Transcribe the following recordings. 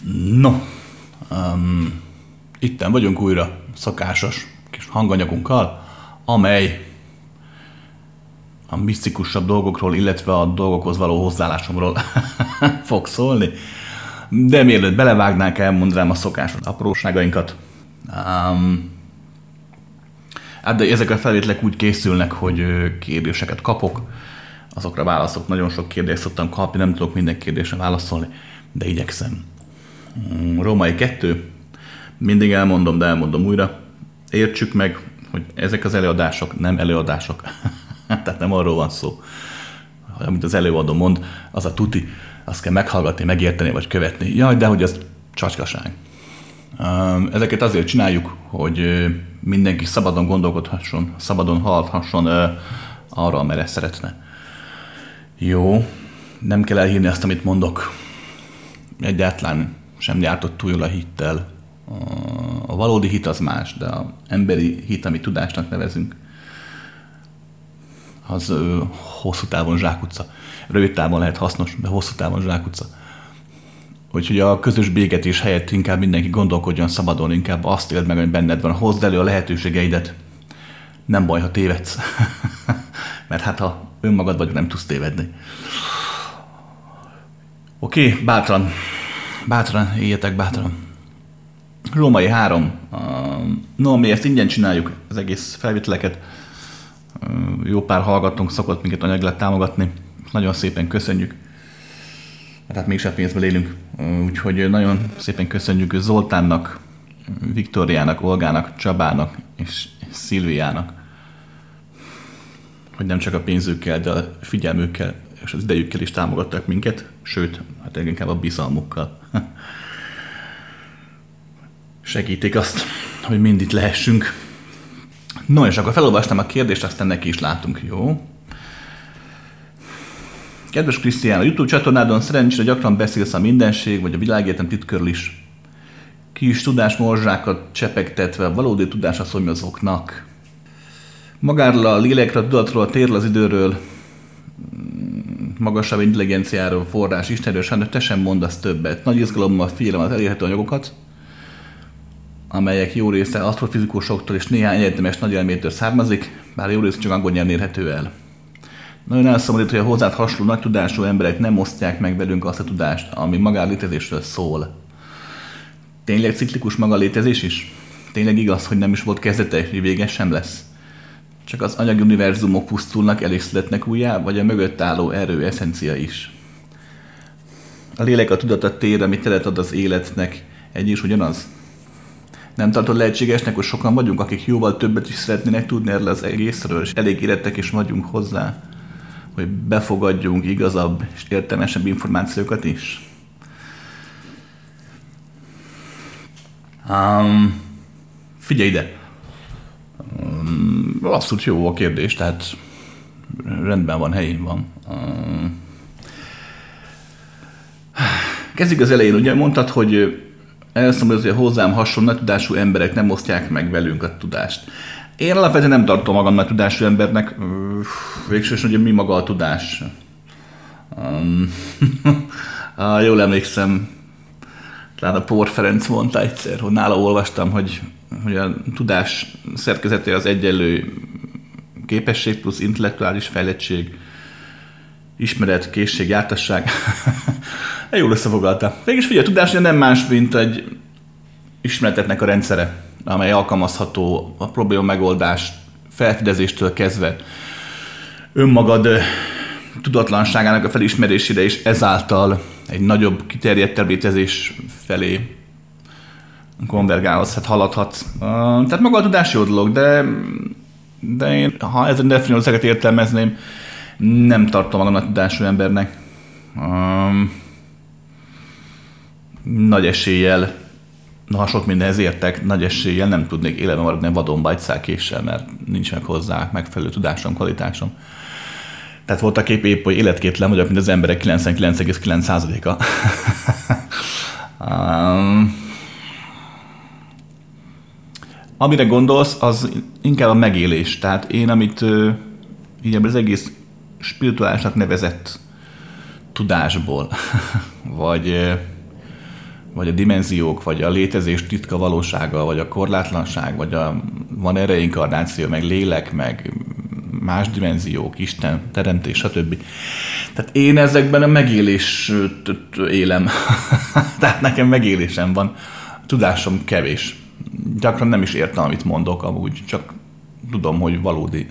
No, itten vagyunk újra szokásos kis hanganyagunkkal, amely a misztikusabb dolgokról, illetve a dolgokhoz való hozzáállásomról fog szólni. De mielőtt belevágnánk, elmondanám a szokásos apróságainkat. De ezek a felvételek úgy készülnek, hogy kérdéseket kapok, azokra válaszok. Nagyon sok kérdést szoktam kapni, nem tudok minden kérdésre válaszolni, de igyekszem. Római 2. Mindig elmondom, de elmondom újra. Értsük meg, hogy ezek az előadások nem előadások. Tehát nem arról van szó, amit az előadó mond, az a tuti, azt kell meghallgatni, megérteni vagy követni. Jaj, de hogy az csacskaság. Ezeket azért csináljuk, hogy mindenki szabadon gondolkodhasson, szabadon hallhasson arra, amerre szeretne. Jó, nem kell elhívni azt, amit mondok. Egyáltalán sem jártott túl jól a hittel. A valódi hit az más, de az emberi hit, amit tudásnak nevezünk, az hosszú távon zsákutca. Rövid távon lehet hasznos, de hosszú távon zsákutca. Úgyhogy a közös béketés helyett inkább mindenki gondolkodjon szabadon, inkább azt éld meg, hogy benned van. Hozd elő a lehetőségeidet. Nem baj, ha tévedsz. Mert hát ha önmagad vagy, nem tudsz tévedni. Oké, bátran, éljetek bátran. Római 3. No, mi ezt ingyen csináljuk, az egész felvételeket. Jó pár hallgatónk szokott minket anyagilag támogatni. Nagyon szépen köszönjük. Hát mégsem pénzből élünk. Úgyhogy nagyon szépen köszönjük Zoltánnak, Viktóriának, Olgának, Csabának és Szilviának, hogy nem csak a pénzükkel, de a figyelmükkel és az idejükkel is támogattak minket, sőt, hát inkább a bizalmukkal. Segítik azt, hogy mind itt lehessünk. No, és akkor felolvastam a kérdést, aztán neki is látunk, jó? Kedves Krisztián, a YouTube csatornádon szerencsére gyakran beszélsz a mindenség, vagy a világegyetem titkörül is. Kis tudásmorzsákat csepegtetve a valódi tudásra szomjazóknak. Magáról a lélekről, a tudatról, a térről, az időről, magasabb intelligenciáról, forrás, Istenről, sajnos te sem mondasz többet. Nagy izgalommal figyelem az elérhető anyagokat, amelyek jó része asztrofizikusoktól és néhány egyetemes nagy elmétől származik, bár jó része csak angol nyelven érhető el. Nagyon elszomorít, hogy a hozzád hasonló nagy tudású emberek nem osztják meg velünk azt a tudást, ami maga létezésről szól. Tényleg ciklikus maga létezés is? Tényleg igaz, hogy nem is volt kezdete, és vége sem lesz? Csak az anyagi univerzumok pusztulnak el és születnek újjá, vagy a mögött álló erő eszencia is? A lélek, a tudat, a tér, ami teret ad az életnek, egy is ugyanaz? Nem tartod lehetségesnek, hogy sokan vagyunk, akik jóval többet is szeretnének tudni erről az egészről, és elég érettek is vagyunk hozzá, hogy befogadjunk igazabb és értelmesebb információkat is? Figyelj ide! Abszolút jó a kérdés, tehát rendben van, helyén van. Kezdjük az elején, ugye mondtad, hogy elszomorít, hogy a hozzám hasonló nagy tudású emberek nem osztják meg velünk a tudást. Én alapvetően nem tartom magam nagy tudású embernek, végsősorban, hogy mi maga a tudás. Jól emlékszem, talán a Pór Ferenc mondta egyszer, hogy nála olvastam, hogy a tudás szerkezete az egyenlő képesség plusz intellektuális fejlettség, ismeret, készség, jártasság. Jól összefoglalta. Végülis figyelj, a tudás nem más, mint egy ismereteknek a rendszere, amely alkalmazható a probléma megoldás felfedezéstől kezdve önmagad tudatlanságának a felismerésére, és ezáltal egy nagyobb, kiterjedtebb létezés felé konvergálhatsz, hát haladhatsz. Tehát maga a tudás jó dolog, de én, ha ezen definíciókat értelmezném, nem tartom magam a tudású embernek. Nagy eséllyel, ha sok mindenhez értek, nagy eséllyel nem tudnék életben maradni vadonba egy szálkéssel, mert nincs meg hozzá megfelelő tudásom, kvalitásom. Tehát voltak épp, hogy életképtelen vagyok, mint az emberek 99,9%-a. Amire gondolsz, az inkább a megélés. Tehát én, amit így az egész spirituálisnak nevezett tudásból, vagy vagy a dimenziók, vagy a létezés titka valósága, vagy a korlátlanság, vagy van reinkarnáció, meg lélek, meg más dimenziók, Isten, teremtés, stb. Tehát én ezekben a megélést élem. Tehát nekem megélésem van. Tudásom kevés. Gyakran nem is értem, amit mondok, amúgy csak tudom, hogy valódi.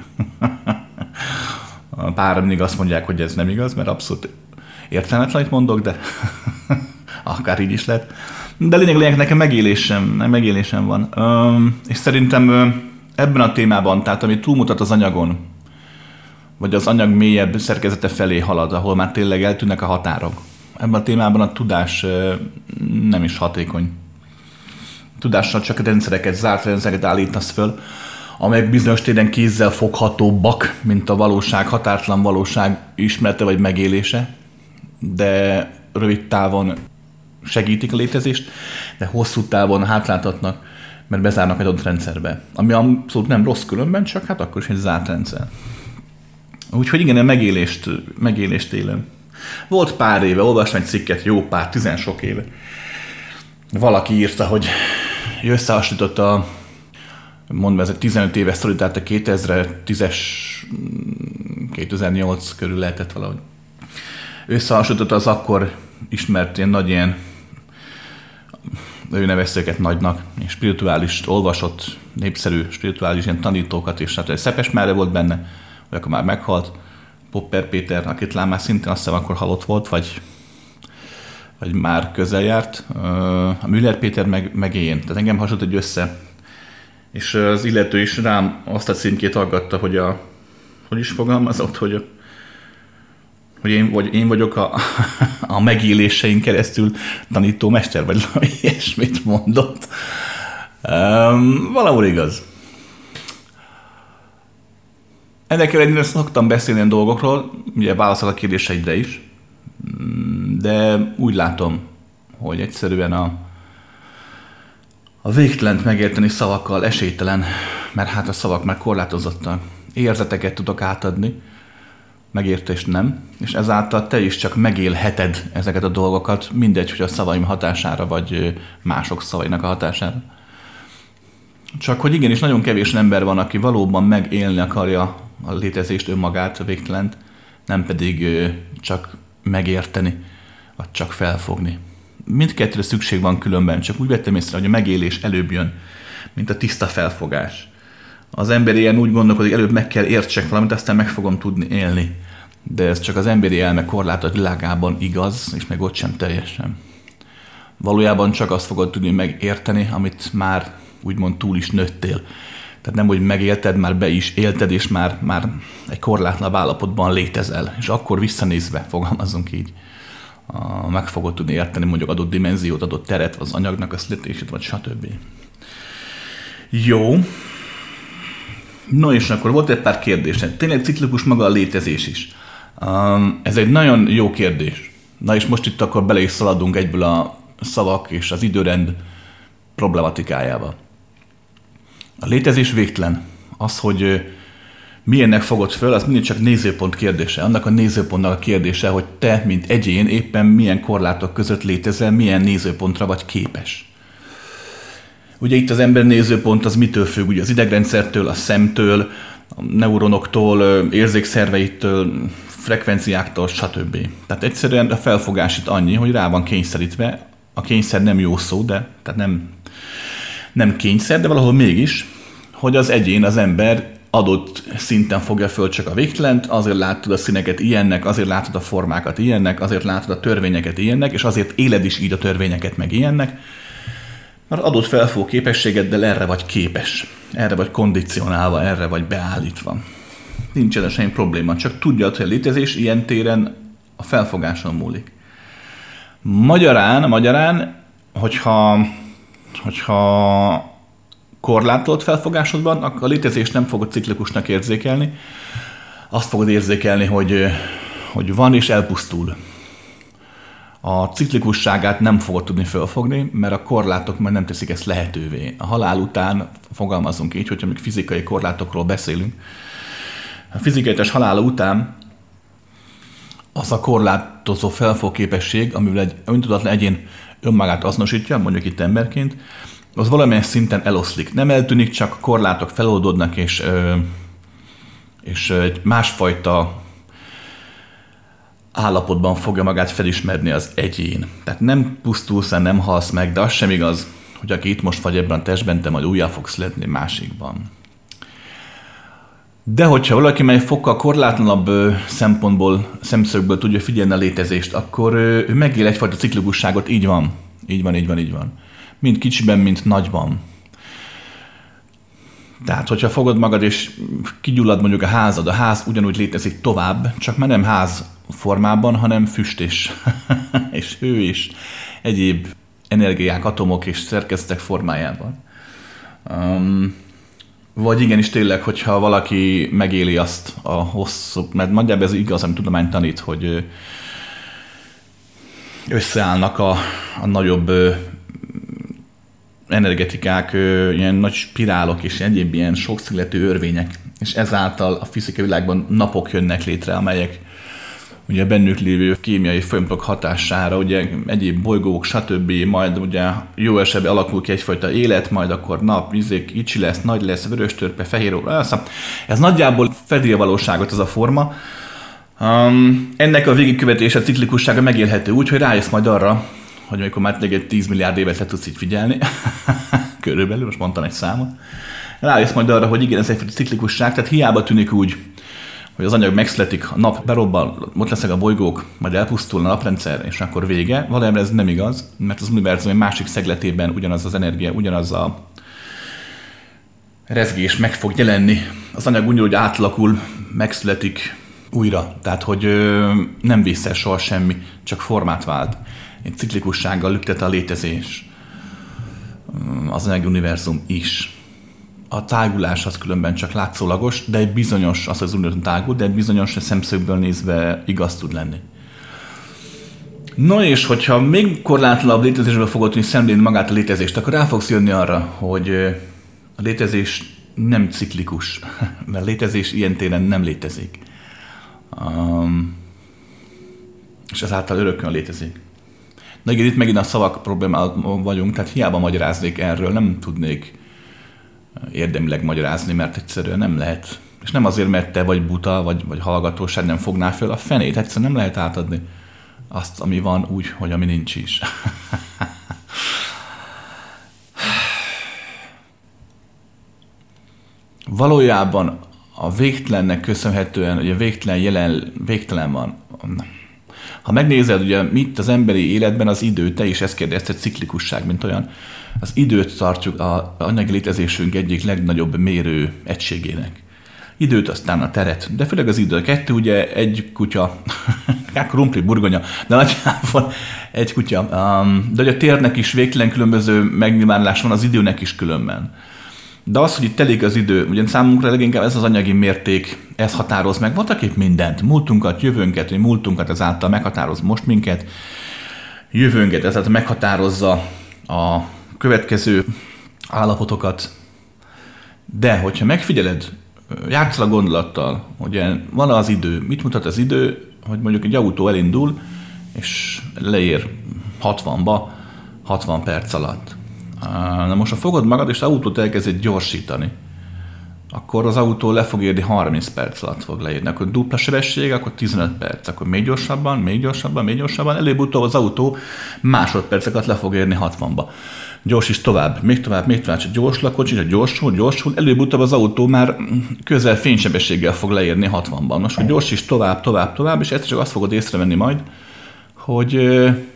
Pár mindig azt mondják, hogy ez nem igaz, mert abszolút értelmetlenit mondok, de akár így is lehet. De lényeg nekem megélésem van. És szerintem ebben a témában, tehát ami túlmutat az anyagon, vagy az anyag mélyebb szerkezete felé halad, ahol már tényleg eltűnnek a határok. Ebben a témában a tudás nem is hatékony. Tudással csak rendszereket, zárt rendszereket állítasz föl, amelyek bizonyos téren kézzel foghatóbbak, mint a valóság, határtlan valóság ismerete vagy megélése, de rövid távon segítik a létezést, de hosszú távon hátráltatnak, mert bezárnak egy adott rendszerbe. Ami abszolút nem rossz különben, csak hát akkor is egy zárt rendszer. Úgyhogy igen, a megélést élem. Volt pár éve, olvastam egy cikket, jó pár, 10 sok éve. Valaki írta, hogy összehasonlította, mondva ez egy 15 éves sztori, tehát a 2010-es, 2008 körül lehetett valahogy. Összehasonlította az akkor ismert ilyen ő nevezte őket nagynak, és spirituális, olvasott, népszerű spirituális ilyen tanítókat, és hát egy Szepes Mária volt benne, vagy akkor már meghalt, Popper Péter, akit lám már szintén azt hiszem akkor halott volt, vagy már közel járt, a Müller Péter meg én. Tehát engem hasonlított össze. És az illető is rám azt a címkét aggatta, hogy hogy is fogalmazott, hogy én vagyok a megélésein keresztül tanítómester, vagy ilyesmit mondott. Valahol igaz. Ennek ellenére szoktam beszélni a dolgokról, ugye válaszol a kérdéseidre is, de úgy látom, hogy egyszerűen a végtelent megérteni szavakkal esélytelen, mert hát a szavak már korlátozottak. Érzeteket tudok átadni, megértést nem, és ezáltal te is csak megélheted ezeket a dolgokat, mindegy, hogy a szavaim hatására, vagy mások szavainak a hatására. Csak hogy igenis nagyon kevés ember van, aki valóban megélni akarja a létezést, önmagát, a végtelent, nem pedig csak megérteni, vagy csak felfogni. Mindkettőre szükség van különben, csak úgy vettem észre, hogy a megélés előbb jön, mint a tiszta felfogás. Az ember ilyen úgy gondolkodik, előbb meg kell értsek valamit, aztán meg fogom tudni élni. De ez csak az emberi elme korlátozott világában igaz, és meg ott sem teljesen. Valójában csak azt fogod tudni megérteni, amit már úgymond túl is nőttél. Tehát nem, hogy megélted, már be is élted, és már egy korlátlan állapotban létezel. És akkor visszanézve, fogalmazunk így, meg fogod tudni érteni mondjuk adott dimenziót, adott teret, az anyagnak a születését, vagy stb. Jó. No és akkor volt egy pár kérdés. Tényleg ciklikus maga a létezés is. Ez egy nagyon jó kérdés. Na és most itt akkor bele is szaladunk egyből a szavak és az időrend problematikájába. A létezés végtelen. Az, hogy milyennek fogod föl, az mindig csak nézőpont kérdése. Annak a nézőpontnak a kérdése, hogy te, mint egyén éppen milyen korlátok között létezel, milyen nézőpontra vagy képes. Ugye itt az ember nézőpont az mitől függ? Ugye az idegrendszertől, a szemtől, a neuronoktól, érzékszerveitől, frekvenciáktól, stb. Tehát egyszerűen a felfogás itt annyi, hogy rá van kényszerítve. A kényszer nem jó szó, de tehát nem kényszer, de valahol mégis, hogy az egyén, az ember adott szinten fogja föl csak a végtelent, azért látod a színeket ilyennek, azért látod a formákat ilyennek, azért látod a törvényeket ilyennek, és azért éled is így a törvényeket meg ilyennek, mert adott felfogó képességeddel erre vagy képes, erre vagy kondicionálva, erre vagy beállítva. Nincs ez semmi probléma, csak tudjad, hogy a létezés ilyen téren a felfogáson múlik. Magyarán, hogyha korlátolt felfogásodban, akkor a létezést nem fogod ciklikusnak érzékelni, azt fogod érzékelni, hogy van és elpusztul. A ciklikusságát nem fogod tudni felfogni, mert a korlátok már nem teszik ezt lehetővé. A halál után, fogalmazunk így, hogyha még fizikai korlátokról beszélünk, a fizikai halála után az a korlátozó felfogképesség, amivel egy öntudatlan egyén önmagát azonosítja, mondjuk itt emberként, az valamilyen szinten eloszlik. Nem eltűnik, csak korlátok feloldódnak, és egy másfajta állapotban fogja magát felismerni az egyén. Tehát nem pusztulsz, nem halsz meg, de az sem igaz, hogy aki itt most vagy ebben a testben, te majd újjá fogsz letni másikban. De hogyha valaki mely fokkal korlátlanabb szemszögből tudja figyelni a létezést, akkor ő megél egyfajta ciklikusságot, így van. Így van. Mind kicsiben, mint nagyban. Tehát, hogyha fogod magad és kigyullad mondjuk a házad, a ház ugyanúgy létezik tovább, csak már nem ház formában, hanem füst és hő és egyéb energiák, atomok és szerkezetek formájában. Vagy igenis tényleg, hogyha valaki megéli azt a hosszú, mert nagyjából ez igaz, amit tudomány tanít, hogy összeállnak a nagyobb energetikák, ilyen nagy spirálok és egyéb ilyen sokszögletű örvények, és ezáltal a fizikai világban napok jönnek létre, amelyek ugye bennük lévő kémiai folyamatok hatására, ugye egyéb bolygók, stb. Majd ugye jó esetben alakul ki egyfajta élet, majd akkor nap, kicsi lesz, nagy lesz, vörös törpe, fehér óra. Ez nagyjából fedi a valóságot ez a forma. Ennek a végigkövetése, a ciklikussága megélhető úgy, hogy rájössz majd arra, hogy amikor már egy 10 milliárd évet le tudsz így figyelni, körülbelül, most mondtam egy számot, rájössz majd arra, hogy igen, ez egy ciklikusság, tehát hiába tűnik úgy, hogy az anyag megszületik, a nap berobban, ott lesznek a bolygók, majd elpusztul a naprendszer, és akkor vége. Valójában ez nem igaz, mert az univerzum egy másik szegletében ugyanaz az energia, ugyanaz a rezgés meg fog jelenni. Az anyag úgy átalakul, megszületik újra. Tehát, hogy nem vész el soha semmi, csak formát vált. Egy ciklikussággal lüktet a létezés. Az anyagi univerzum is. A tágulás az különben csak látszólagos, de egy bizonyos, az az univerzum tágul, de egy bizonyos szemszögből nézve igaz tud lenni. No és hogyha még korlátlanabb létezésből fogod tudni szemlélni magát a létezést, akkor rá fogsz jönni arra, hogy a létezés nem ciklikus, mert a létezés ilyen téren nem létezik. És ezáltal örökkön létezik. De igen, itt megint a szavak problémában vagyunk, tehát hiába magyaráznék erről, nem tudnék érdemileg magyarázni, mert egyszerűen nem lehet. És nem azért, mert te vagy buta, vagy hallgatóság nem fognál föl a fenét. Egyszerűen nem lehet átadni azt, ami van úgy, hogy ami nincs is. Valójában a végtelennek köszönhetően, ugye végtelen van. Ha megnézed, ugye mit az emberi életben az idő, te is ezt kérdezted, ciklikusság, mint olyan, az időt tartjuk az anyagi létezésünk egyik legnagyobb mérő egységének. Időt, aztán a teret, de főleg az idő. A kettő ugye egy kutya, krumpli, burgonya, de nagyjából egy kutya. De ugye a térnek is végtelen különböző megnyilvánulás van, az időnek is különben. De az, hogy itt telik az idő, ugye számunkra leginkább ez az anyagi mérték, ez határoz meg voltaképp mindent. Múltunkat, jövőnket, vagy múltunkat ezáltal meghatároz most minket, jövőnket ezáltal meghatározza a következő állapotokat. De, hogyha megfigyeled, játszol a gondolattal, ugye van az idő, mit mutat az idő, hogy mondjuk egy autó elindul, és leér 60-ba, 60 perc alatt. Na most, ha fogod magad, és az autót elkezded gyorsítani, akkor az autó le fog érni 30 perc alatt fog leérni. Akkor dupla sebesség, akkor 15 perc, akkor még gyorsabban, előbb-utóbb az autó másodperceket le fog érni 60-ba. Gyorsíts tovább, még tovább, csak gyorsul a kocsi, gyorsul, előbb-utóbb az autó már közel fénysebességgel fog leérni 60-ban. Most, hogy gyorsíts tovább, és egyszer csak azt fogod észrevenni majd, hogy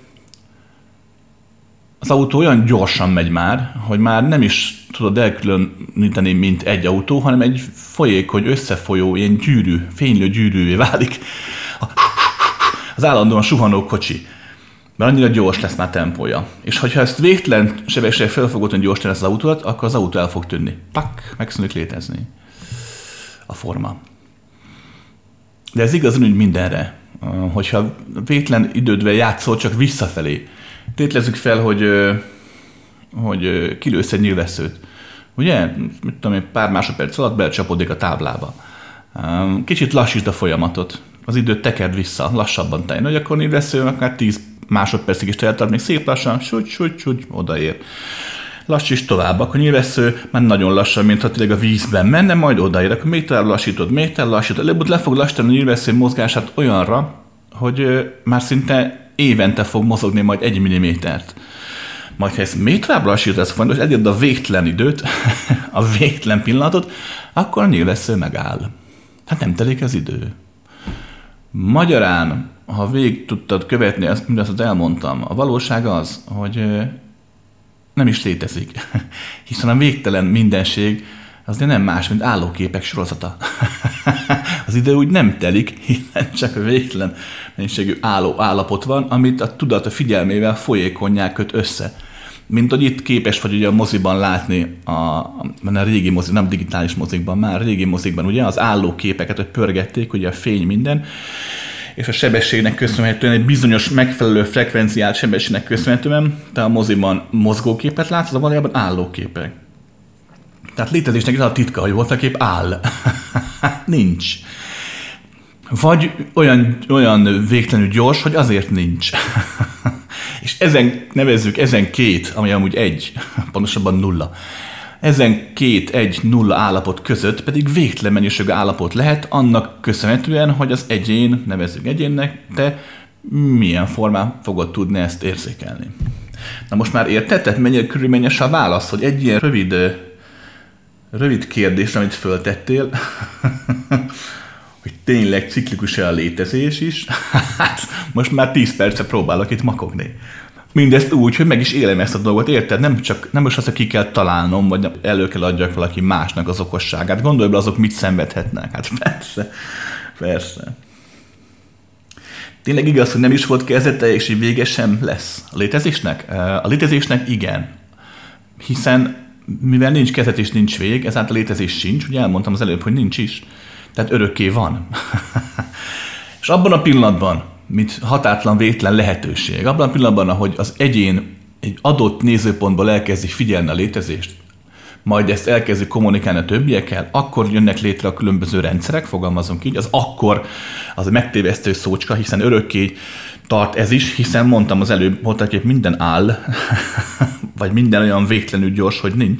az autó olyan gyorsan megy már, hogy már nem is tudod elkülöníteni, mint egy autó, hanem egy folyékony, összefolyó, ilyen gyűrű, fénylő gyűrűvé válik. Az állandóan suhanó kocsi. Mert annyira gyors lesz már tempója. És ha ezt végtelen sebességgel fel fogod tudni gyorsítani ezt az autót, akkor az autó el fog tűnni. Pak, megszűnik létezni a forma. De ez igaz úgy mindenre. Hogyha végtelen idődvel játszol, csak visszafelé. Tételezzük fel, hogy kilősz egy nyilvesszőt. Ugye? Mit tudom én, pár másodperc alatt belecsapódik a táblába. Kicsit lassítsd a folyamatot. az időt tekerd vissza, lassabban teljen, hogy akkor nyílvessző akár 10 másodpercig is eltart, még szép lassan, súgy, odaér. Lassíts tovább, akkor nyílvessző már nagyon lassan, mintha tényleg a vízben menne, majd odaér, akkor még tovább lassítod, előbb le fog lassítani a nyílvessző mozgását olyanra, hogy már szinte évente fog mozogni majd 1 millimétert. Majd ha ezt még tovább lassítod, ez fontos, elérd a végtelen időt, a végtelen pillanatot, akkor a nyílvessző megáll. Hát nem telik az idő. Magyarán, ha végig tudtad követni mindazt, amit elmondtam, a valóság az, hogy nem is létezik. Hiszen a végtelen mindenség az nem más, mint állóképek sorozata. Az idő úgy nem telik, hiszen csak a végtelen mennyiségű állapot van, amit a tudat a figyelmével folyékonnyá köt össze. Mint hogy itt képes vagy ugye a moziban látni, a régi mozi, nem digitális mozikban, már régi mozikban ugye az állóképeket, hogy pörgették, ugye a fény minden, és a sebességnek köszönhetően, egy bizonyos megfelelő frekvenciált sebességnek köszönhetően, te a moziban mozgóképet látsz, az valójában állóképek. Tehát létezésnek ez a titka, hogy voltaképp áll. Nincs. Vagy olyan végtelenül gyors, hogy azért nincs. És ezen két, ami amúgy 1, pontosabban 0. Ezen 1-0 állapot között pedig végtelen mennyiségű állapot lehet, annak köszönhetően, hogy az egyén, nevezzük egyénnek, te milyen formán fogod tudni ezt érzékelni. Na most már érted? Tehát mennyire körülményes a válasz, hogy egy ilyen rövid kérdésre, amit föltettél, hogy tényleg ciklikus-e a létezés is, hát most már 10 perce próbálok itt makogni. Mindezt úgy, hogy meg is élem ezt a dolgot, érted? Nem most azt, hogy ki kell találnom, vagy elő kell adjak valaki másnak az okosságát. Gondolj be, azok mit szenvedhetnek. Hát persze. Tényleg igaz, hogy nem is volt kezdete, és így vége sem lesz a létezésnek? A létezésnek igen. Hiszen mivel nincs kezdet és nincs vég, ezáltal a létezés sincs, ugye elmondtam az előbb, hogy nincs is. Tehát örökké van. És abban a pillanatban, mint határtalan végtelen lehetőség, abban a pillanatban, ahogy az egyén egy adott nézőpontból elkezdi figyelni a létezést, majd ezt elkezdi kommunikálni a többiekkel, akkor jönnek létre a különböző rendszerek, fogalmazunk így, az akkor az a megtévesztő szócska, hiszen örökké tart ez is, hiszen mondtam az előbb, voltaképp minden áll, vagy minden olyan végtelenül gyors, hogy nincs.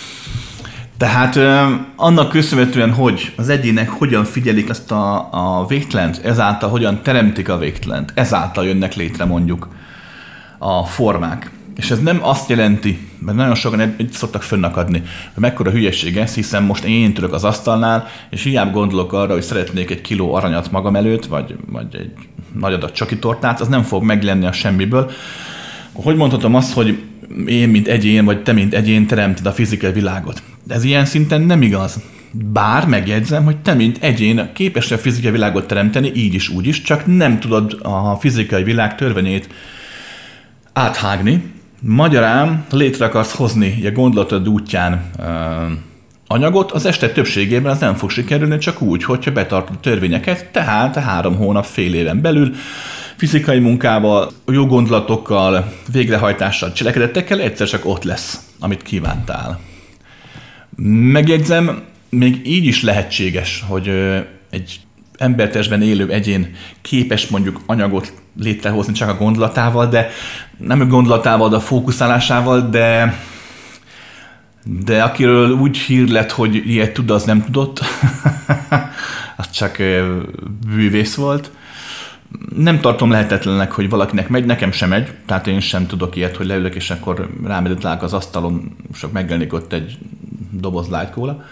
Tehát annak köszönhetően, hogy az egyének hogyan figyelik azt a végtelent, ezáltal hogyan teremtik a végtelent, ezáltal jönnek létre mondjuk a formák. És ez nem azt jelenti, mert nagyon sokan itt szoktak fönnakadni, hogy mekkora hülyeség ez, hiszen most én ülök az asztalnál, és hiába gondolok arra, hogy szeretnék 1 kiló aranyat magam előtt, vagy egy nagy adag csokitortát, az nem fog megjelenni a semmiből. Hogy mondhatom azt, hogy én, mint egyén, vagy te, mint egyén teremted a fizikai világot? De ez ilyen szinten nem igaz. Bár megjegyzem, hogy te, mint egyén képes a fizikai világot teremteni, így is, úgy is, csak nem tudod a fizikai világ törvényét áthágni. Magyarán létre akarsz hozni a gondolatod útján anyagot, az este többségében az nem fog sikerülni, csak úgy, hogyha betartod a törvényeket, tehát 3 hónap, fél éven belül fizikai munkával, jó gondolatokkal, végrehajtással, cselekedetekkel egyszer csak ott lesz, amit kívántál. Megjegyzem, még így is lehetséges, hogy egy embertestben élő egyén képes mondjuk anyagot létrehozni csak a gondolatával, de nem a gondolatával, de a fókuszálásával, de akiről úgy hír lett, hogy ilyet tud, az nem tudott, az csak bűvész volt. Nem tartom lehetetlennek, hogy valakinek megy, nekem sem megy, tehát én sem tudok ilyet, hogy leülök, és akkor rámeditálok az asztalon, és megjelenik ott egy doboz light cola,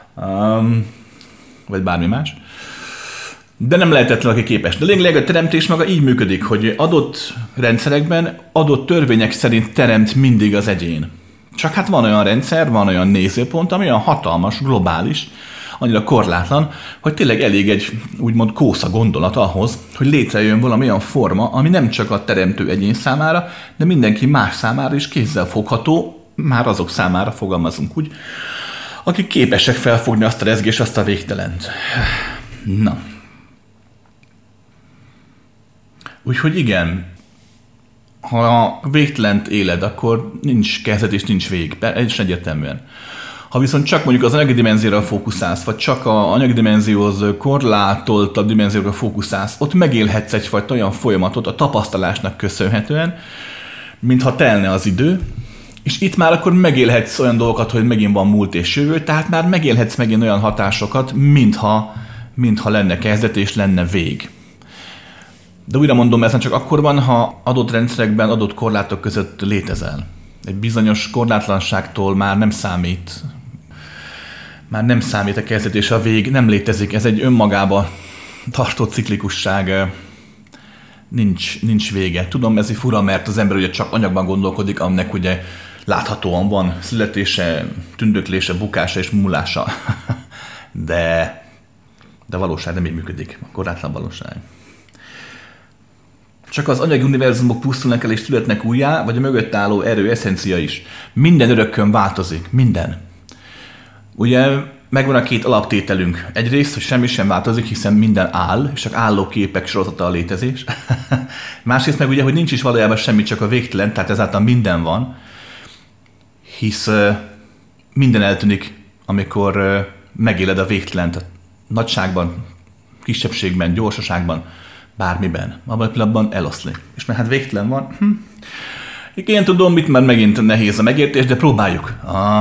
vagy bármi más. De nem lehetetlen, aki képes. De lényeg a teremtés maga így működik, hogy adott rendszerekben, adott törvények szerint teremt mindig az egyén. Csak hát van olyan rendszer, van olyan nézőpont, ami olyan hatalmas, globális, annyira korlátlan, hogy tényleg elég egy úgymond kósza gondolat ahhoz, hogy létrejön valami olyan forma, ami nem csak a teremtő egyén számára, de mindenki más számára is kézzel fogható, már azok számára fogalmazunk úgy, akik képesek felfogni azt a rezgést, azt a végtelent. Na. Úgyhogy igen, ha a végtelent éled, akkor nincs kezdet és nincs vég, és egyértelműen. Ha viszont csak mondjuk az anyagi dimenzióra fókuszálsz, vagy csak az anyagi dimenzióhoz korlátoltabb dimenzióra fókuszálsz, ott megélhetsz egyfajta olyan folyamatot a tapasztalásnak köszönhetően, mintha telne az idő, és itt már akkor megélhetsz olyan dolgokat, hogy megint van múlt és jövő, tehát már megélhetsz megint olyan hatásokat, mintha lenne kezdet és lenne vég. De újra mondom, ez csak akkor van, ha adott rendszerekben, adott korlátok között létezel. Egy bizonyos korlátlanságtól már nem számít a kezdet és a vég, nem létezik. Ez egy önmagába tartó ciklikusság, nincs vége. Tudom, ez így fura, mert az ember ugye csak anyagban gondolkodik, aminek ugye láthatóan van születése, tündöklése, bukása és múlása. De valóság nem így működik, a korlátlan valóság. Csak az anyagi univerzumok pusztulnak el és születnek újjá, vagy a mögött álló erő, eszencia is. Minden örökkön változik. Minden. Ugye megvan a két alaptételünk. Egyrészt, hogy semmi sem változik, hiszen minden áll, és csak álló képek sorozata a létezés. Másrészt meg ugye, hogy nincs is valójában semmi, csak a végtelen, tehát ezáltal minden van. Hisz minden eltűnik, amikor megéled a végtelent. Nagyságban, kisebbségben, gyorsaságban, bármiben. Abban a pillanatban eloszlik. És mert hát végtelen van. Én tudom, mit már megint nehéz a megértés, de próbáljuk.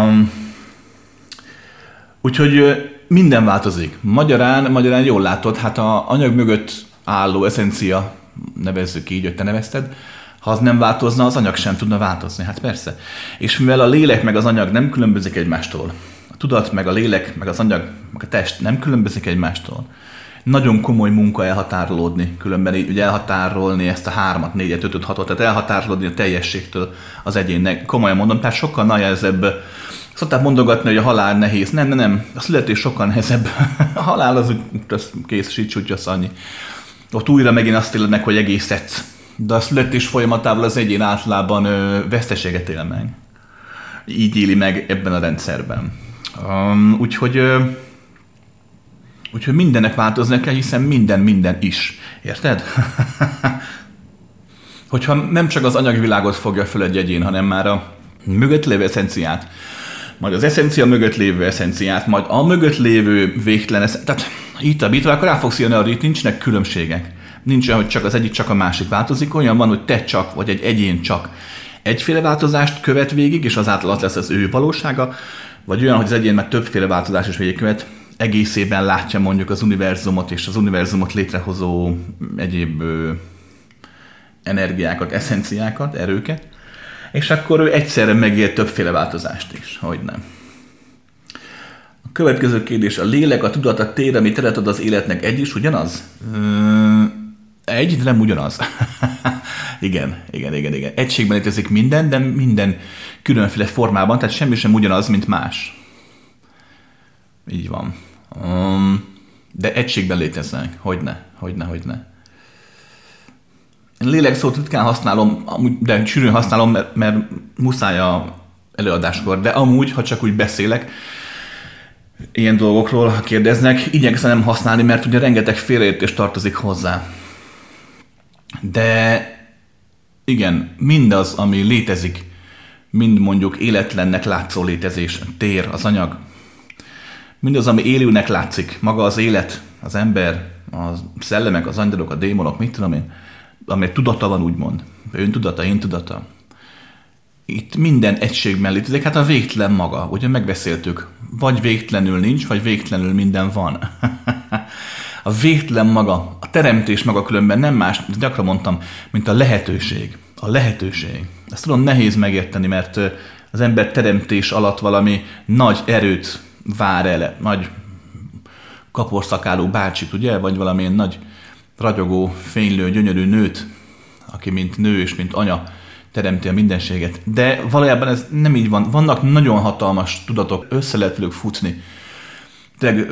Úgyhogy minden változik. Magyarán jól látod, hát az anyag mögött álló eszencia, nevezzük így, hogy te nevezted, ha az nem változna, az anyag sem tudna változni. Hát persze. És mivel a lélek meg az anyag nem különbözik egymástól, a tudat meg a lélek meg az anyag meg a test nem különbözik egymástól, nagyon komoly munka elhatárolódni, különben így ugye elhatárolni ezt a 3-at, 4-et, 5-öt, 6-ot, tehát elhatárolódni a teljességtől az egyénnek. Komolyan mondom, tehát sokkal nehezebb. Szokták mondogatni, hogy a halál nehéz. Nem. A születés sokkal nehezebb. A halál az kész, sítsútyasz annyi. Ott újra megint azt élnek, hogy egészedsz. De a születés folyamatával az egyén általában veszteséget él meg. Így éli meg ebben a rendszerben. Úgyhogy mindennek változnia kell, hiszen minden is. Érted? Hogyha nem csak az anyagi világot fogja föl egy egyén, hanem már a mögött lévő eszenciát, majd az eszencia mögött lévő eszenciát, majd a mögött lévő végtelen eszenciát. Tehát itt akkor rá fogsz jönni, hogy itt nincsenek különbségek. Nincs olyan, hogy csak az egyik, csak a másik változik. Olyan van, hogy te csak, vagy egy egyén csak egyféle változást követ végig, és azáltal az lesz az ő valósága, vagy olyan, hogy az egyén már többféle változás is végigkövet, egészében látja mondjuk az univerzumot és az univerzumot létrehozó egyéb energiákat, eszenciákat, erőket, és akkor ő egyszerre megél többféle változást is, hogy nem. A következő kérdés, a lélek, a tudat, a tér, ami teret ad az életnek egy is ugyanaz? Egy, de nem ugyanaz. Igen. Egységben létezik minden, de minden különféle formában, tehát semmi sem ugyanaz, mint más. Így van. De egységben léteznek. Hogyne. Én lélekszót ritkán használom, de sűrűn használom, mert muszáj a előadáskor. De amúgy, ha csak úgy beszélek ilyen dolgokról, ha kérdeznek, igyekszem nem használni, mert ugye rengeteg félreértés tartozik hozzá. De igen, mindaz, ami létezik, mind mondjuk életlennek látszó létezés, tér, az anyag, mindaz, ami élőnek látszik, maga az élet, az ember, a szellemek, az angyalok, a démonok, mit tudom én, amely tudata van úgymond, öntudata, én tudata. Itt minden egységben létezik, hát a végtelen maga, ugye megbeszéltük, vagy végtelenül nincs, vagy végtelenül minden van. A végtelen maga, a teremtés maga különben nem más, gyakran mondtam, mint a lehetőség. A lehetőség. Ezt tudom nehéz megérteni, mert az ember teremtés alatt valami nagy erőt vár el, nagy kaporszakáló bácsit, ugye? Vagy valamilyen nagy ragyogó, fénylő, gyönyörű nőt, aki mint nő és mint anya teremti a mindenséget. De valójában ez nem így van. Vannak nagyon hatalmas tudatok, össze lehet velük futni. Tényleg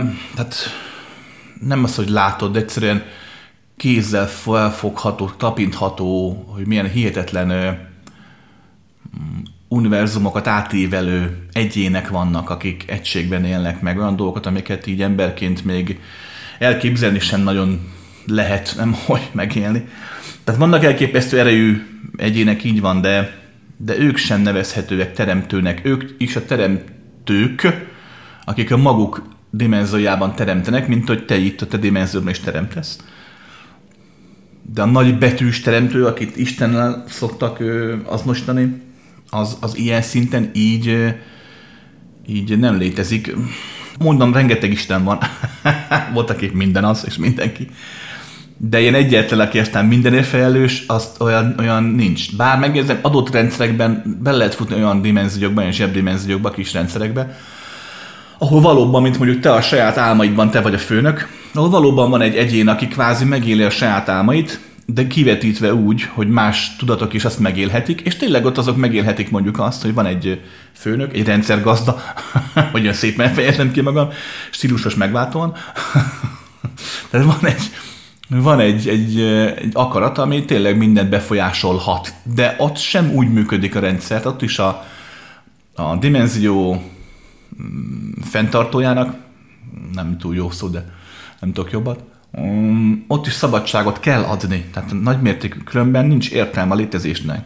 nem az, hogy látod, de egyszerűen kézzel felfogható, tapintható, hogy milyen hihetetlen univerzumokat átívelő egyének vannak, akik egységben élnek meg, olyan dolgokat, amiket így emberként még elképzelni sem nagyon lehet, nem hogy megélni. Tehát vannak elképesztő erejű egyének, így van, de ők sem nevezhetőek teremtőnek. Ők is a teremtő teremtők, akik a maguk dimenziójában teremtenek, mint hogy te itt a te dimenzióban is teremtesz. De a nagy betűs teremtő, akit Istennel szoktak azonosítani, az ilyen szinten így nem létezik. Mondom, rengeteg Isten van. Volt, aki minden az, és mindenki. De ilyen egyetlen, aki aztán mindenért felelős, az olyan nincs. Bár megjegyzem, adott rendszerekben bele lehet futni olyan dimenziókban, olyan zsebdimenziókban, kis rendszerekben, ahol valóban, mint mondjuk te a saját álmaidban, te vagy a főnök, ahol valóban van egy egyén, aki kvázi megéli a saját álmait, de kivetítve úgy, hogy más tudatok is azt megélhetik, és tényleg ott azok megélhetik mondjuk azt, hogy van egy főnök, egy rendszergazda, hogy olyan szépen fejezem ki magam, stílusos megváltóan. Tehát van egy akarat, ami tényleg mindent befolyásolhat, de ott sem úgy működik a rendszer, ott is a dimenzió fenntartójának, nem túl jó szó, de nem tudok jobbat, ott is szabadságot kell adni. Tehát nagymértékű különben nincs értelme a létezésnek.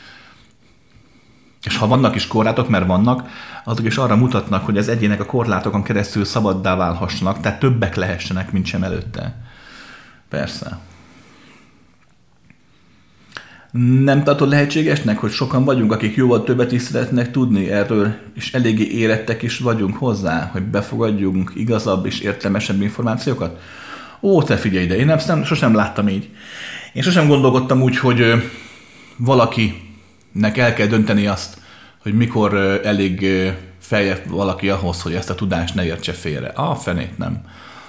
És ha vannak is korlátok, mert vannak, azok is arra mutatnak, hogy az egyének a korlátokon keresztül szabaddá válhassanak, tehát többek lehessenek, mint sem előtte. Persze. Nem tartod lehetségesnek, hogy sokan vagyunk, akik jóval többet is szeretnek tudni erről, és eléggé érettek is vagyunk hozzá, hogy befogadjunk igazabb és értelmesebb információkat? Ó, te figyelj ide, én sosem láttam így. Én sosem gondolkodtam úgy, hogy valakinek el kell dönteni azt, hogy mikor elég feljebb valaki ahhoz, hogy ezt a tudást ne értse félre. A fenét nem.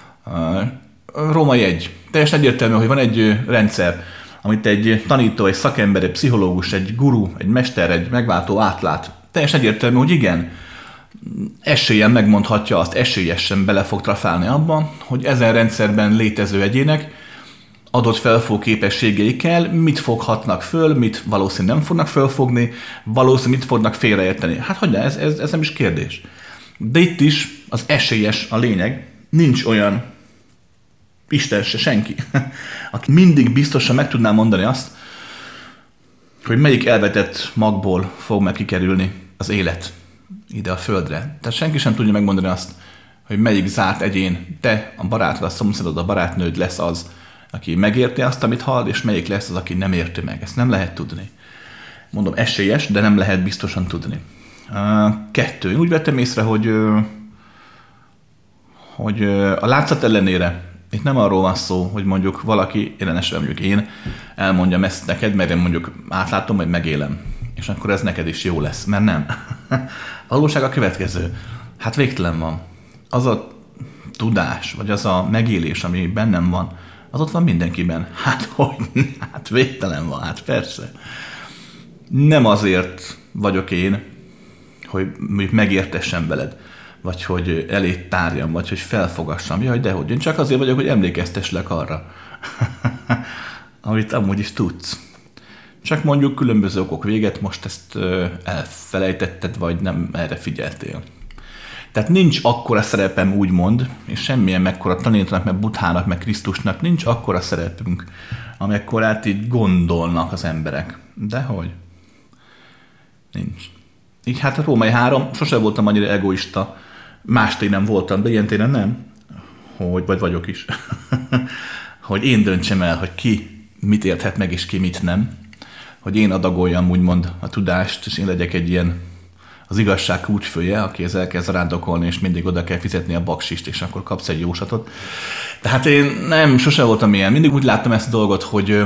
Római 1. Teljesen egyértelmű, hogy van egy rendszer, amit egy tanító, egy szakember, egy pszichológus, egy guru, egy mester, egy megváltó átlát. Teljesen egyértelmű, hogy igen, esélyen megmondhatja azt, esélyesen bele fog trafálni abban, hogy ezen rendszerben létező egyének adott felfogó képességeikkel mit foghatnak föl, mit valószínűleg nem fognak fölfogni, valószínűleg mit fognak félreérteni. Hát hogy ez nem is kérdés. De itt is az esélyes a lényeg, nincs olyan Isten se, senki, aki mindig biztosan meg tudná mondani azt, hogy melyik elvetett magból fog meg kikerülni az élet ide a földre. Tehát senki sem tudja megmondani azt, hogy melyik zárt egyén, te, a barátod, a szomszédod, a barátnőd lesz az, aki megérti azt, amit hall, és melyik lesz az, aki nem érti meg. Ezt nem lehet tudni. Mondom, esélyes, de nem lehet biztosan tudni. 2. Én úgy vettem észre, hogy a látszat ellenére itt nem arról van szó, hogy mondjuk valaki, ellenesen mondjuk én, elmondjam ezt neked, mert én mondjuk átlátom, vagy megélem. És akkor ez neked is jó lesz, mert nem. A valóság a következő. Hát végtelen van. Az a tudás, vagy az a megélés, ami bennem van, az ott van mindenkiben. Hát hogy? Hát végtelen van, hát persze. Nem azért vagyok én, hogy megértessem veled, vagy hogy elét tárjam, vagy hogy felfogassam. Jaj, dehogy. Én csak azért vagyok, hogy emlékezteslek arra, amit amúgy is tudsz. Csak mondjuk különböző okok véget, most ezt elfelejtetted, vagy nem erre figyeltél. Tehát nincs akkora szerepem, úgymond, és semmilyen mekkora tanítanak, meg Buddhának, meg Krisztusnak nincs akkora szerepünk, amekkorát így gondolnak az emberek. Dehogy? Nincs. Így hát a Római 3, sose voltam annyira egoista, más téren voltam, de ilyen téren nem, vagy vagyok is, hogy én döntsem el, hogy ki mit érthet meg, és ki mit nem, hogy én adagoljam úgymond a tudást, és én legyek egy ilyen az igazság kulcsfője, aki ez elkezd rándokolni, és mindig oda kell fizetni a baksist, és akkor kapsz egy jósatot. Tehát én nem, sose voltam ilyen. Mindig úgy láttam ezt a dolgot, hogy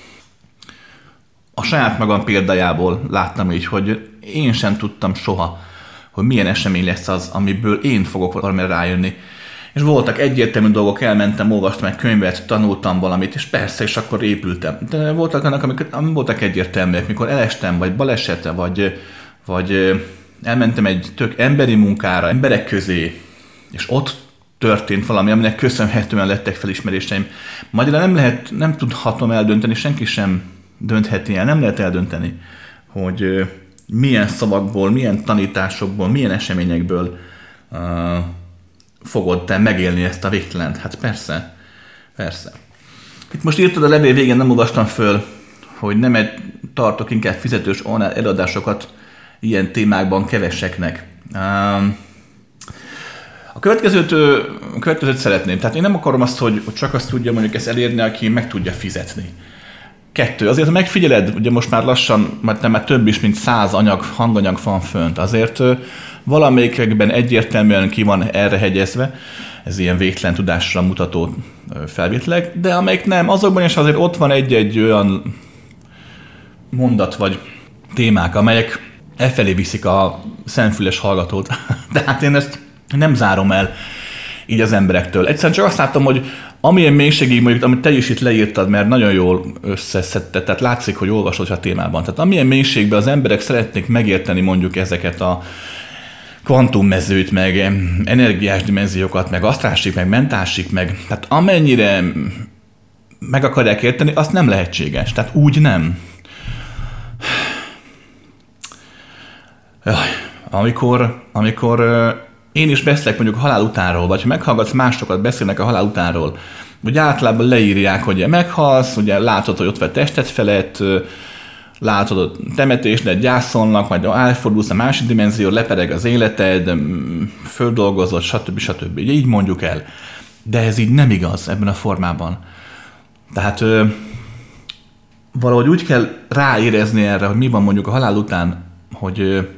a saját magam példájából láttam így, hogy én sem tudtam soha, hogy milyen esemény lesz az, amiből én fogok valamire rájönni. És voltak egyértelmű dolgok, elmentem, olvastam egy könyvet, tanultam valamit, és persze, és akkor épültem. De voltak annak, amik voltak egyértelműek, mikor elestem, vagy balesete, vagy elmentem egy tök emberi munkára, emberek közé, és ott történt valami, aminek köszönhetően lettek felismeréseim. Magyarán nem tudhatom eldönteni, senki sem döntheti el, nem lehet eldönteni, hogy milyen szavakból, milyen tanításokból, milyen eseményekből fogod te megélni ezt a végtelent. Hát persze. Itt most írtad a levél végén, nem olvastam föl, hogy nem tartok inkább fizetős online eladásokat ilyen témákban keveseknek. A következőt szeretném. Tehát én nem akarom azt, hogy csak azt tudja mondjuk ezt elérni, aki meg tudja fizetni. 2. Azért, ha megfigyeled, ugye most már lassan, már több is, mint 100 hanganyag van fönt. Azért valamelyikekben egyértelműen ki van erre hegyezve, ez ilyen végtelen tudásra mutató felvételek, de amelyik nem, azokban is azért ott van egy-egy olyan mondat vagy témák, amelyek elfelé viszik a szemfüles hallgatót. De hát én ezt nem zárom el így az emberektől. Egyszerűen csak azt látom, hogy amilyen mélységig mondjuk, amit te is itt leírtad, mert nagyon jól összeszedted, tehát látszik, hogy olvasod a témában. Tehát amilyen mélységben az emberek szeretnék megérteni mondjuk ezeket a kvantummezőt, meg energiás dimenziókat, meg asztrálsik, meg mentálsik, meg tehát amennyire meg akarják érteni, azt nem lehetséges. Tehát úgy nem. Amikor én is beszélek mondjuk a halál utánról, vagy ha meghallgatsz másokat beszélnek a halál utánról, ugye általában leírják, hogy meghalsz, ugye látod, hogy ott vagy tested felett, látod a temetésnek, gyászolnak, majd elfordulsz a másik dimenzió, lepereg az életed, földolgozod, stb. Ugye így mondjuk el. De ez így nem igaz ebben a formában. Tehát valahogy úgy kell ráérezni erre, hogy mi van mondjuk a halál után, hogy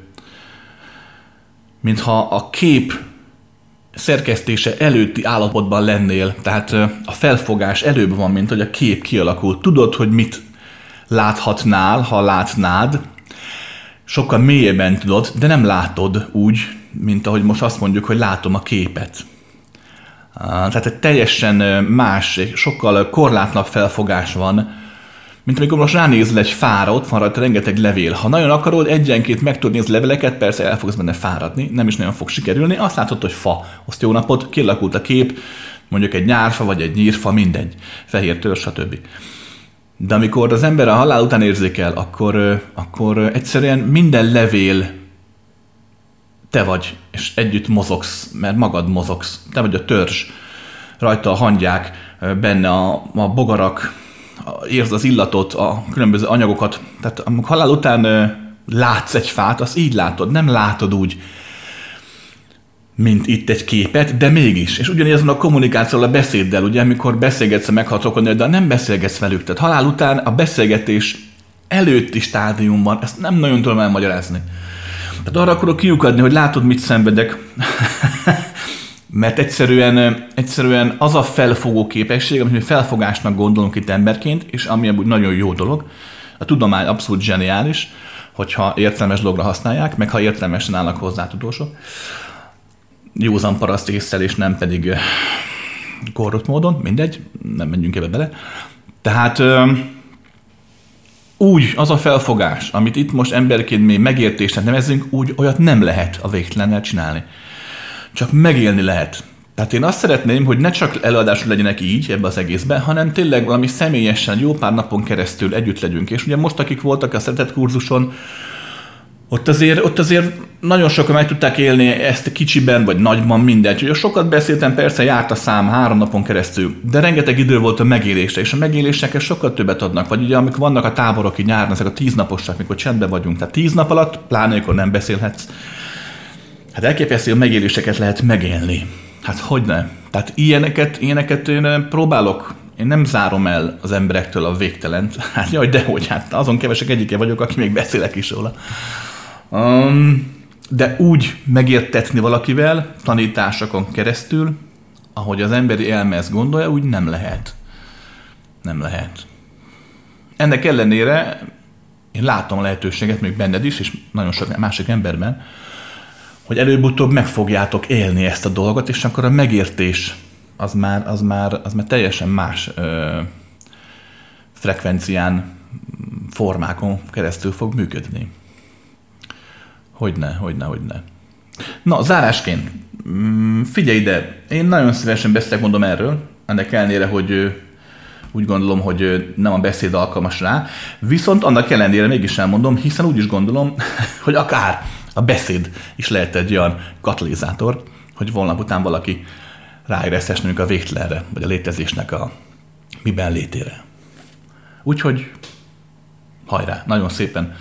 mintha a kép szerkesztése előtti állapotban lennél, tehát a felfogás előbb van, mint hogy a kép kialakul. Tudod, hogy mit láthatnál, ha látnád, sokkal mélyebben tudod, de nem látod úgy, mint ahogy most azt mondjuk, hogy látom a képet. Tehát egy teljesen más, sokkal korlátlanabb felfogás van, mint amikor most ránézel egy fára, ott van rajta rengeteg levél. Ha nagyon akarod, egyenként meg tudod nézni leveleket, persze el fogsz benne fáradni, nem is nagyon fog sikerülni, azt látod, hogy fa. Azt jó napot, kialakult a kép, mondjuk egy nyárfa, vagy egy nyírfa, mindegy, fehér törzs, stb. De amikor az ember a halál után érzékel, akkor egyszerűen minden levél te vagy, és együtt mozogsz, mert magad mozogsz. Te vagy a törzs, rajta a hangyák, benne a bogarak, érzed az illatot, a különböző anyagokat. Tehát amikor halál után látsz egy fát, azt így látod, nem látod úgy, mint itt egy képet, de mégis. És ugyanígy van a kommunikációval, a beszéddel, ugye, amikor beszélgetsz a meghaltakon, de nem beszélgetsz velük. Tehát halál után a beszélgetés előtti stádiumban, ezt nem nagyon tudom elmagyarázni. Tehát arra akarok kiukadni, hogy látod, mit szenvedek, mert egyszerűen az a felfogó képesség, amit mi felfogásnak gondolunk itt emberként, és ami amúgy nagyon jó dolog, a tudomány abszolút zseniális, hogyha értelmes dologra használják, meg ha értelmesen állnak hozzá tudósok. Józan paraszt ésszel, és nem pedig korrupt módon, mindegy, nem menjünk ebbe bele. Tehát úgy az a felfogás, amit itt most emberként mi megértésnek nevezünk, úgy olyat nem lehet a végtelennel csinálni. Csak megélni lehet. Tehát én azt szeretném, hogy ne csak előadások legyenek így ebbe az egészben, hanem tényleg valami személyesen jó pár napon keresztül együtt legyünk. És ugye most, akik voltak a szeretet kurzuson, ott azért nagyon sokan meg tudták élni ezt kicsiben, vagy nagyban, mindegy. Ugye sokat beszéltem, persze járt a szám 3 napon keresztül, de rengeteg idő volt a megélésre, és a megélésnek sokkal többet adnak. Vagy ugye amikor vannak a táborok így nyáron, ezek a 10 naposak, mikor csendben vagyunk. Tehát 10 nap alatt, pláne amikor nem beszélhetsz. Hát elképesztő megéléseket lehet megélni. Hát hogyne? Tehát ilyeneket én próbálok, én nem zárom el az emberektől a végtelent. Hát jaj, dehogy, hát azon kevesek egyike vagyok, aki még beszélek is róla. De úgy megértetni valakivel, tanításokon keresztül, ahogy az emberi elme ezt gondolja, úgy nem lehet. Nem lehet. Ennek ellenére én látom a lehetőséget még benned is, és nagyon sok másik emberben, hogy előbb-utóbb meg fogjátok élni ezt a dolgot, és akkor a megértés az már teljesen más frekvencián, formákon keresztül fog működni. Hogyne. Na, zárásként. Figyelj ide, én nagyon szívesen beszélek, mondom erről, ennek ellenére, hogy úgy gondolom, hogy nem a beszéd alkalmas rá, viszont annak ellenére mégis elmondom, hiszen úgy is gondolom, hogy akár a beszéd is lehet egy olyan katalizátor, hogy holnap után valaki ráérezhessünk a végtelenre, vagy a létezésnek a miben létére. Úgyhogy hajrá, nagyon szépen,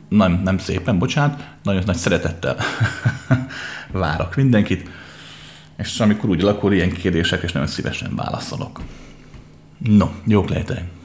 nagyon nagy szeretettel várok mindenkit, És amikor úgy alakul, ilyen kérdések, és nagyon szívesen válaszolok. No, jók lehetek!